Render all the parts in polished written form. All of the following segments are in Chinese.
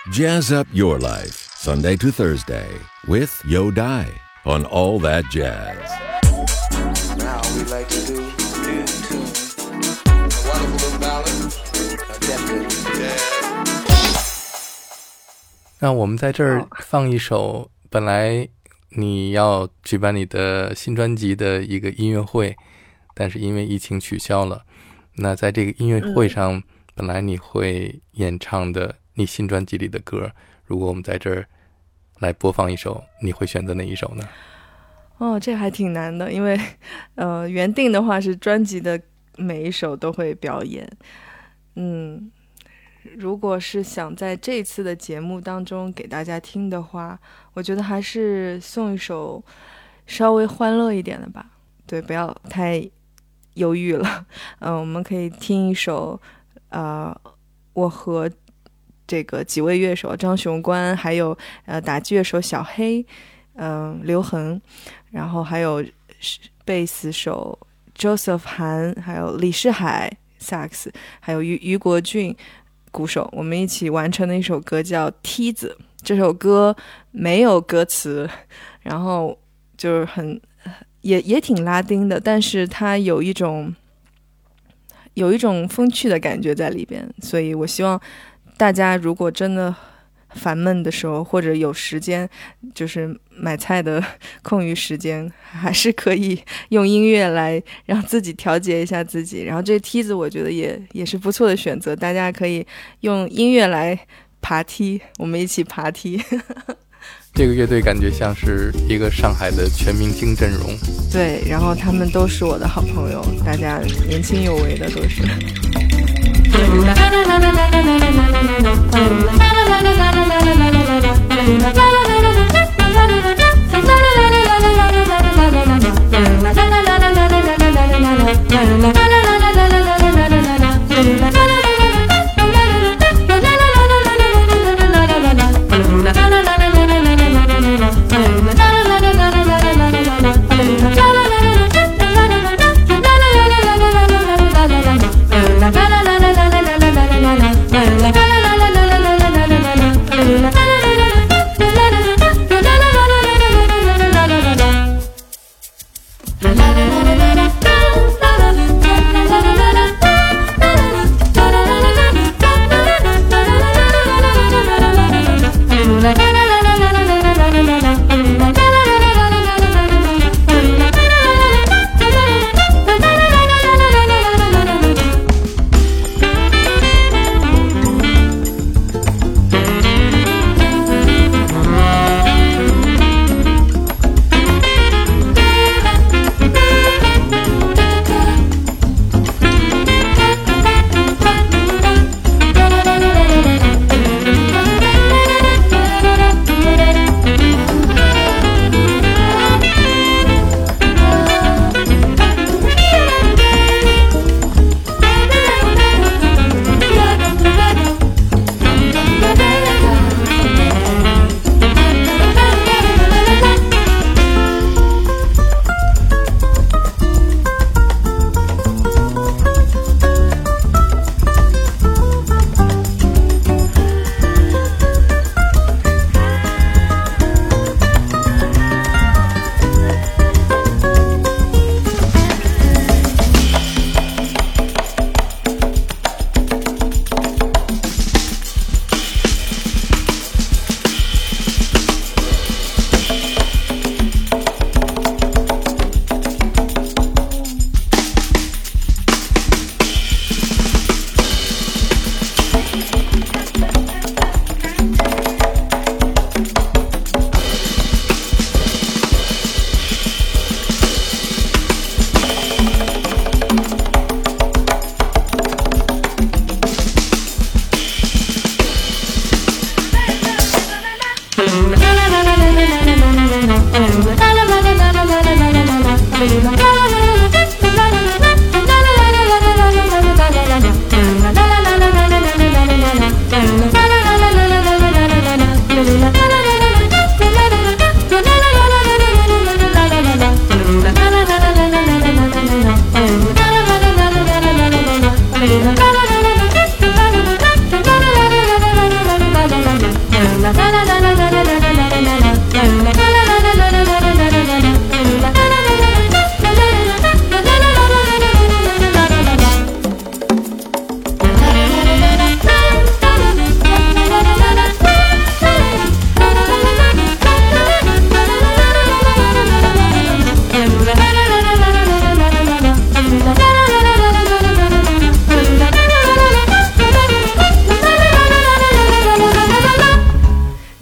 Jazz up your life, Sunday to Thursday, with Yo Dai on All That Jazz. Now we like to do a wonderful little ballad, a definite jazz. 那我们在这儿放一首，本来你要举办你的新专辑的一个音乐会，但是因为疫情取消了。那在这个音乐会上，本来你会演唱的你新专辑里的歌，如果我们在这儿来播放一首，你会选择哪一首呢？ 这还挺难的，因为原定的话是专辑的每一首都会表演。如果是想在这次的节目当中给大家听的话，我觉得还是送一首稍微欢乐一点的吧。对，不要太犹豫了。我们可以听一首我和这个几位乐手张雄关，还有打击乐手小黑，刘恒，然后还有贝斯手 Joseph 韩，还有李世海萨克斯，还有于国俊鼓手，我们一起完成的一首歌叫《梯子》。这首歌没有歌词，然后就是也挺拉丁的，但是它有一种风趣的感觉在里边，所以我希望大家如果真的烦闷的时候，或者有时间，就是买菜的空余时间，还是可以用音乐来让自己调节一下自己。然后这梯子我觉得也是不错的选择，大家可以用音乐来爬梯，我们一起爬梯。 这个乐队感觉像是一个上海的全明星阵容。 对，然后他们都是我的好朋友，大家年轻有为的都是。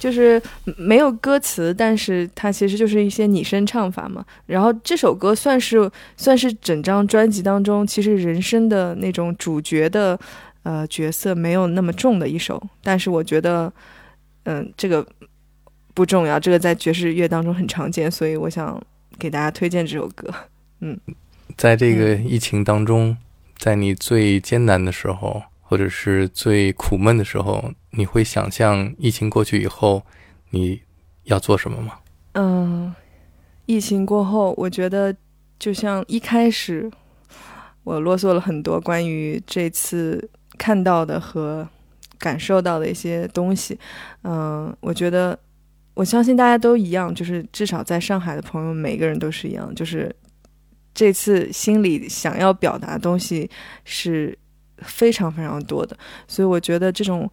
就是没有歌词，但是它其实就是一些拟声唱法嘛。然后这首歌算是整张专辑当中其实人声的那种主角的角色没有那么重的一首，但是我觉得这个不重要，这个在爵士乐当中很常见，所以我想给大家推荐这首歌。 在这个疫情当中，在你最艰难的时候或者是最苦闷的时候，你会想象疫情过去以后你要做什么吗？ 疫情过后，我觉得就像一开始我啰嗦了很多关于这次看到的和感受到的一些东西，我觉得我相信大家都一样，就是至少在上海的朋友每个人都是一样，就是这次心里想要表达的东西是非常非常多的，所以我觉得这种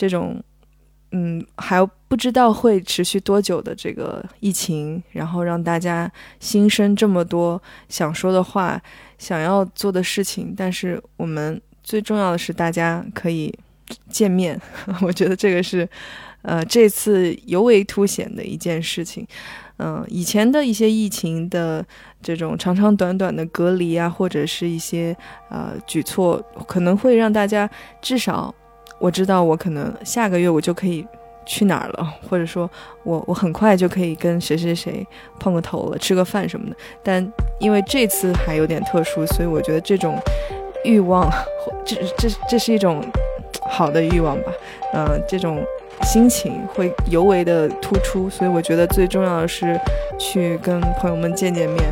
还不知道会持续多久的这个疫情，然后让大家心生这么多想说的话，想要做的事情，但是我们最重要的是大家可以见面我觉得这个是这次尤为凸显的一件事情。以前的一些疫情的这种长长短短的隔离啊，或者是一些举措，可能会让大家至少我知道我可能下个月我就可以去哪儿了，或者说我很快就可以跟谁谁谁碰个头了，吃个饭什么的。但因为这次还有点特殊，所以我觉得这种欲望这是一种好的欲望吧，这种心情会尤为的突出，所以我觉得最重要的是去跟朋友们见见面。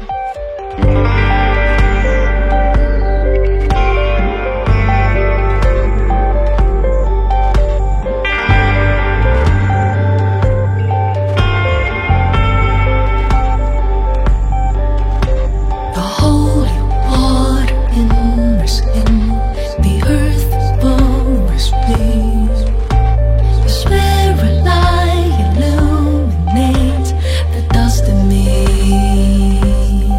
Spirit light illuminate the dust in me.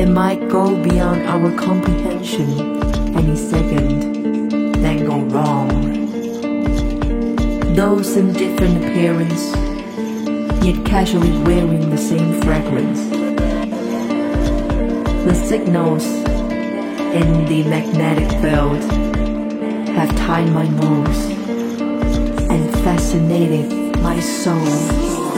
It might go beyond our comprehension any second, then go wrong. Those in different appearance, yet casually wearing the same fragrance. The signals in the magnetic field have tied my nose and fascinated my soul.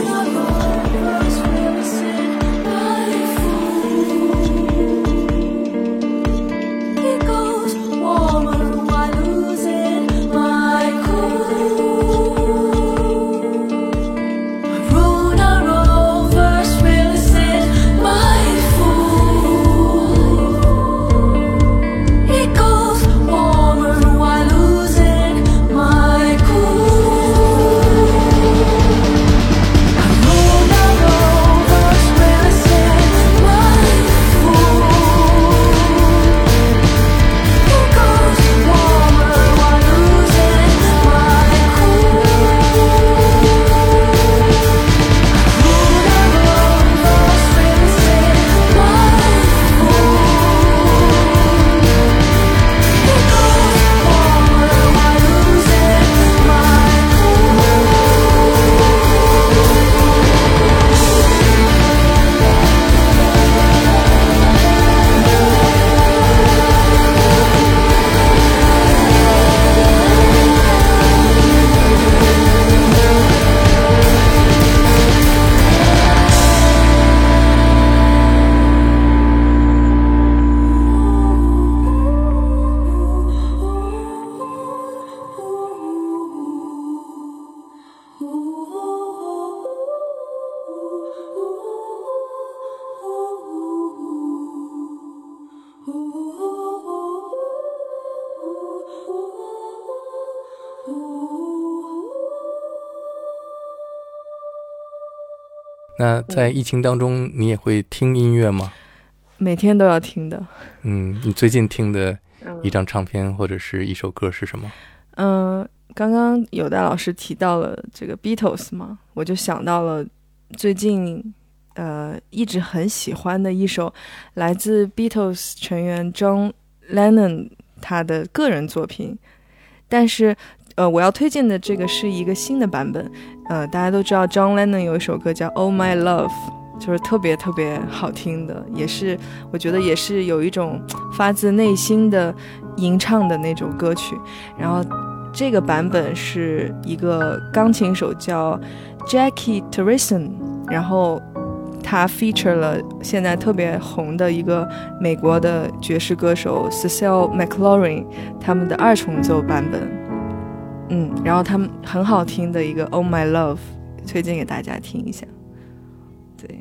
那在疫情当中，你也会听音乐吗？ 每天都要听的。 你最近听的一张唱片或者是一首歌是什么？ 刚刚有戴老师提到了这个 Beatles 嘛，我就想到了最近一直很喜欢的一首来自 Beatles 成员 John Lennon 他的个人作品，但是我要推荐的这个是一个新的版本。大家都知道 John Lennon 有一首歌叫 Oh My Love， 就是特别特别好听的，也是我觉得也是有一种发自内心的吟唱的那种歌曲。然后这个版本是一个钢琴手叫 Jackie Turrison， 然后他 feature 了现在特别红的一个美国的爵士歌手 Cecil McLaurin 他们的二重奏版本。然后他们很好听的一个 Oh My Love 推荐给大家听一下。对。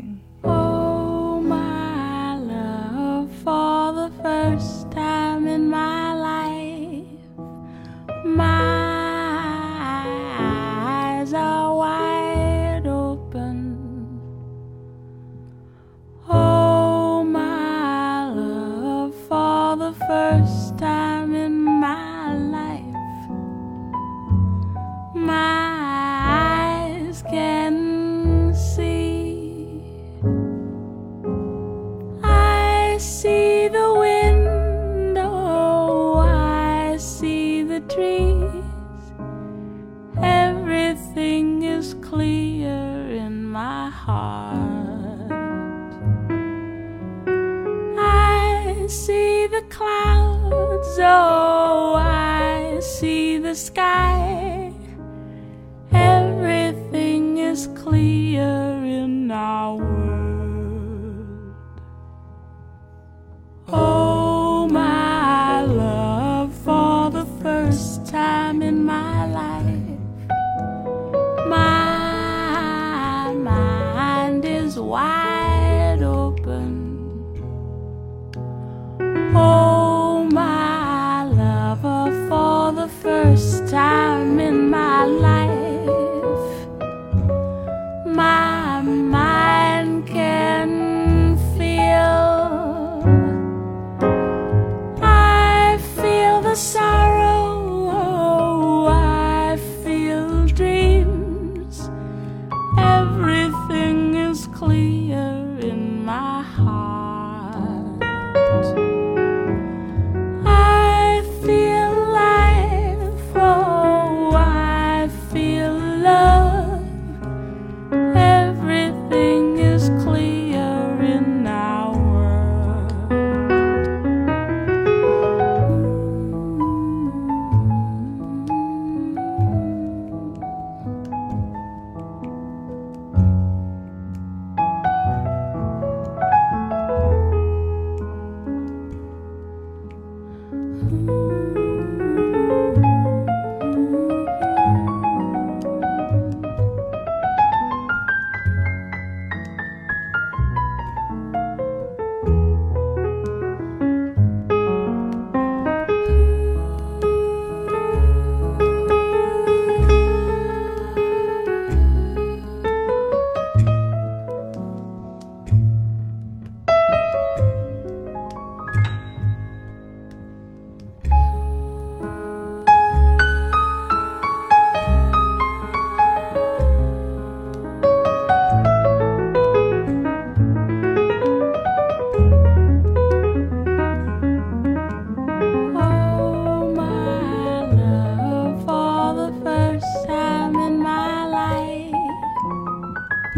Oh my love, for the first time in my life, my eyes are wide open. Oh my love, for the first time in my life.My eyes can see. I see the window, I see the trees. Everything is clear in my heart. I see the clouds, oh, I see the sky.Everything is clear in our world. Oh, my love, for the first time in my life, my mind is wide open. Oh, my lover, for the first time in my life.My mind can feel. I feel the sorrow, I feel dreams. Everything is clear in my heart.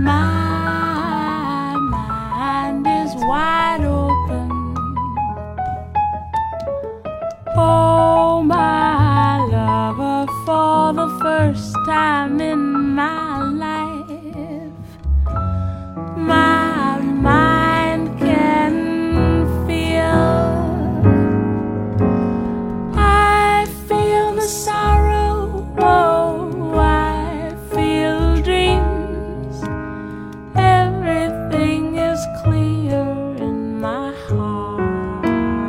My mind is wide open. Oh, my lover, for the first time in my life, my mind can feel. I feel the sorrow, oh, I feel dreams. Everything is clear in my heart.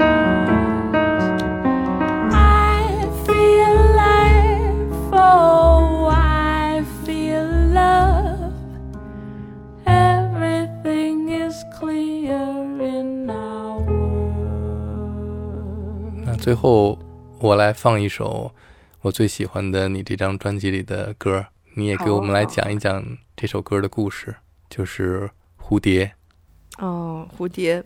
I feel life, oh, I feel love. Everything is clear in our world. 那最后我来放一首我最喜欢的你这张专辑里的歌，你也给我们来讲一讲这首歌的故事，就是蝴蝶。 蝴蝶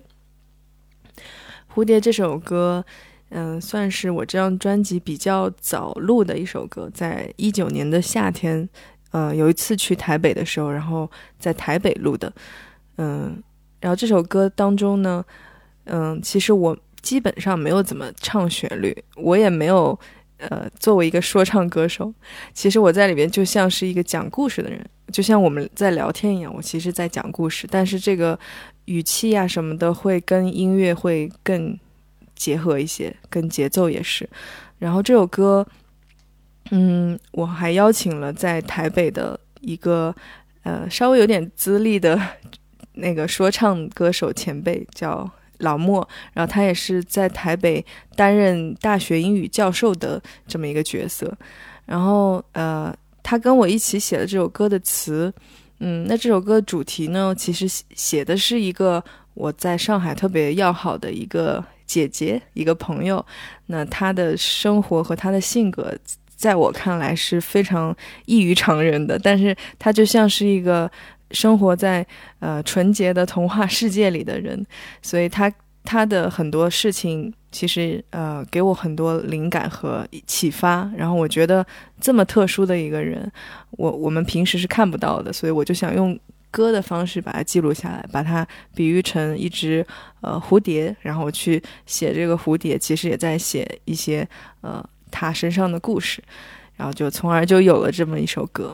这首歌算是我这张专辑比较早录的一首歌，在19年的夏天有一次去台北的时候，然后在台北录的。然后这首歌当中呢其实我基本上没有怎么唱旋律，我也没有作为一个说唱歌手，其实我在里边就像是一个讲故事的人，就像我们在聊天一样，我其实在讲故事，但是这个语气啊什么的会跟音乐会更结合一些，跟节奏也是。然后这首歌我还邀请了在台北的一个稍微有点资历的那个说唱歌手前辈，叫老莫，然后他也是在台北担任大学英语教授的这么一个角色。然后他跟我一起写了这首歌的词。那这首歌的主题呢，其实写的是一个我在上海特别要好的一个姐姐，一个朋友。那她的生活和她的性格在我看来是非常异于常人的，但是她就像是一个生活在纯洁的童话世界里的人，所以他的很多事情其实给我很多灵感和启发。然后我觉得这么特殊的一个人，我们平时是看不到的，所以我就想用歌的方式把它记录下来，把它比喻成一只蝴蝶，然后我去写这个蝴蝶，其实也在写一些他身上的故事，然后就从而就有了这么一首歌。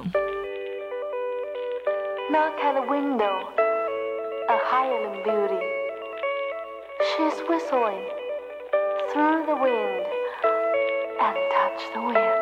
Knock at the window, a Highland beauty. She's whistling through the wind and touch the wind.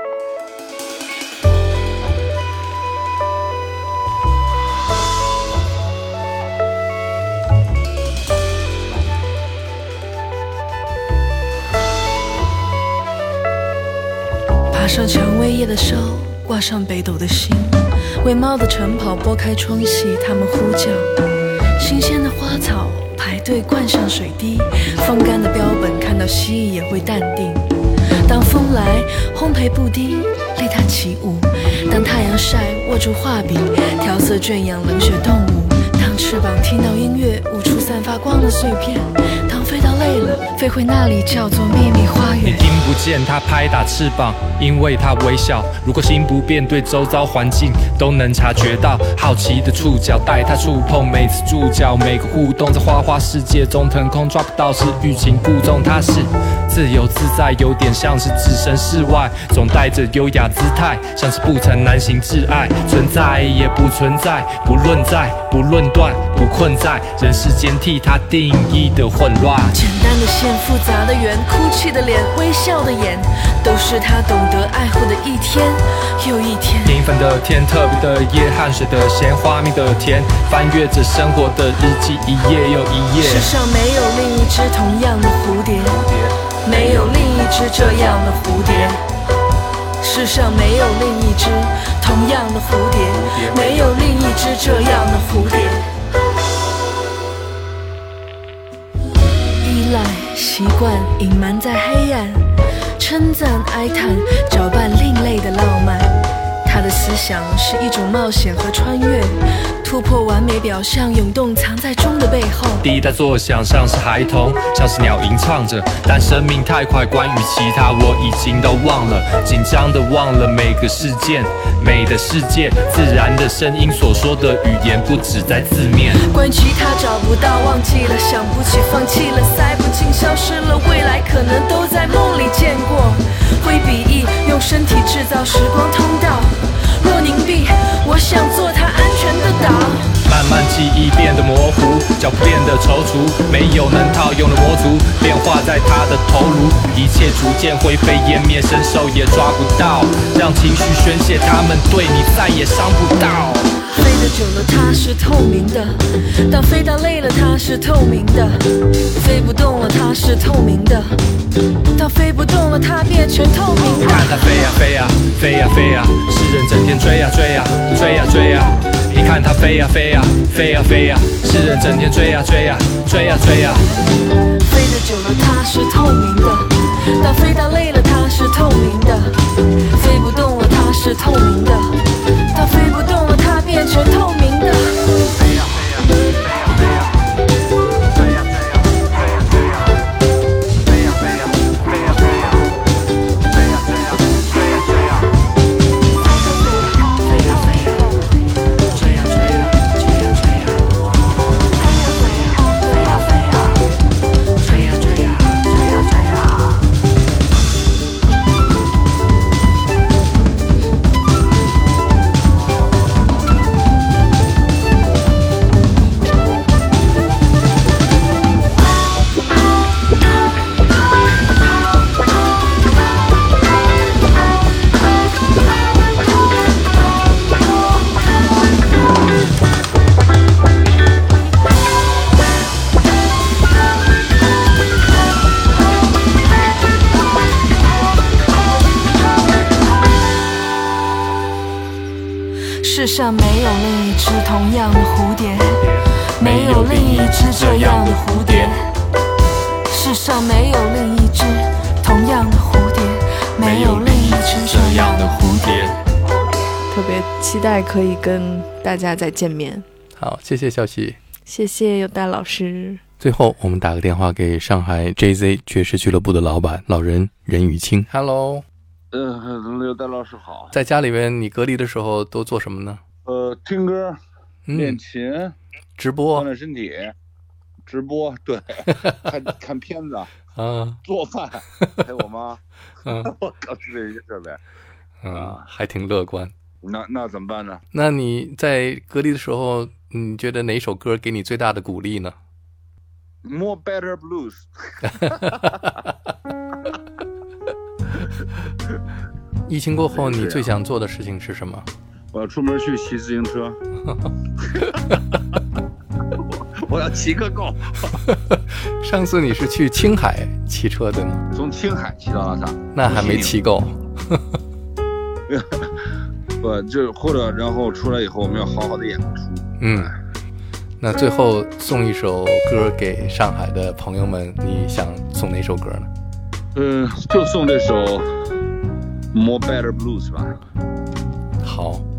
爬上蔷薇叶的梢，挂上北斗的星，为猫的晨跑拨开窗隙，它们呼叫。新鲜的花草排队灌上水滴，风干的标本看到蜥蜴也会淡定。当风来，烘焙布丁，令它起舞。当太阳晒，握住画笔，调色圈养冷血动物。当翅膀听到音乐，舞出散发光的碎片。当飞到累了，飞回那里叫做秘密花园。 你听不见它拍打翅膀，因为它微笑。如果心不变，对周遭环境都能察觉到。好奇的触角带它触碰每次注脚，每个互动在花花世界中腾空，抓不到是欲擒故纵，它是自由自在，有点像是置身事外，总带着优雅姿态，像是不曾难行挚爱，存在也不存在，不论在，不论断，不困在人世间替它定义的混乱。 简单的线，复杂的圆，哭泣的脸，微笑的眼，都是他懂得爱护的一天又一天。 平凡的天，特别的夜，汗水的咸，花蜜的甜，翻阅着生活的日记，一页又一页。 世上没有另一只同样的蝴蝶，没有另一只这样的蝴蝶。世上没有另一只同样的蝴蝶，没有另一只这样的蝴蝶。依赖、习惯隐瞒在黑暗，称赞、哀叹，搅拌另类的浪漫。他的思想是一种冒险和穿越，突突破完美表象，涌动藏在钟的背后。 滴答作响，像是孩童，像是鸟吟唱着，但生命太快，关于其他我已经都忘了，紧张的忘了每个事件，美的世界，自然的声音所说的语言不只在字面。 关于其他找不到，忘记了，想不起，放弃了，塞不进，消失了，未来可能都在梦里见过。挥笔翼，用身体制造时光通道。若凝闭，我想做它安全的岛。 慢慢记忆变得模糊，脚步变得踌躇，没有能套用的魔族，变化在他的头颅，一切逐渐灰飞烟灭，伸手也抓不到，让情绪宣泄，他们对你再也伤不到。 飞得久了，它是透明的；当飞到累了，它是透明的；飞不动了，它是透明的；当飞不动了，它变成透明的。 看它飞呀飞呀飞呀飞呀，诗人整天追呀追呀追呀追呀。你看它飞呀飞呀飞呀飞呀，诗人整天追呀追呀追呀追呀。 飞得久了，它是透明的；当飞到累了，它是透明的；飞不动了，它是透明的；当飞不动了，它变成透明的。飞呀飞呀飞呀飞呀，飞呀飞呀飞呀飞呀，飞呀飞呀飞呀飞呀，飞呀飞呀飞呀飞呀，飞呀飞呀，追呀追呀追呀追呀，飞呀飞呀飞呀飞呀，追呀追呀追呀追呀。世上没有另一只同样的蝴蝶，没有另一只这样的蝴蝶。世上没有另一只同样的蝴蝶，没有另一只这样的蝴蝶。 特别期待可以跟大家再见面。 好，谢谢小喜， 谢谢有戴老师。 最后我们打个电话给上海 JZ 爵士俱乐部的老板老人任宇清。 Hello， 刘戴老师好。 在家里面你隔离的时候都做什么呢？ 听歌，练琴， 直播， 锻炼身体，直播，对，看片子，做饭，陪我妈，我靠，是这些设备， 还挺乐观。 那怎么办呢？ 那你在隔离的时候，你觉得哪首歌给你最大的鼓励呢？ More Better Blues。 疫情过后，你最想做的事情是什么？ 我要出门去骑自行车。我要骑个够。 上次你是去青海骑车对吗？ 从青海骑到拉萨， 那还没骑够。 就或者然后出来以后，我们要好好的演出。 那最后送一首歌给上海的朋友们，你想送哪首歌呢？ 就送这首 More Better Blues 吧。 好。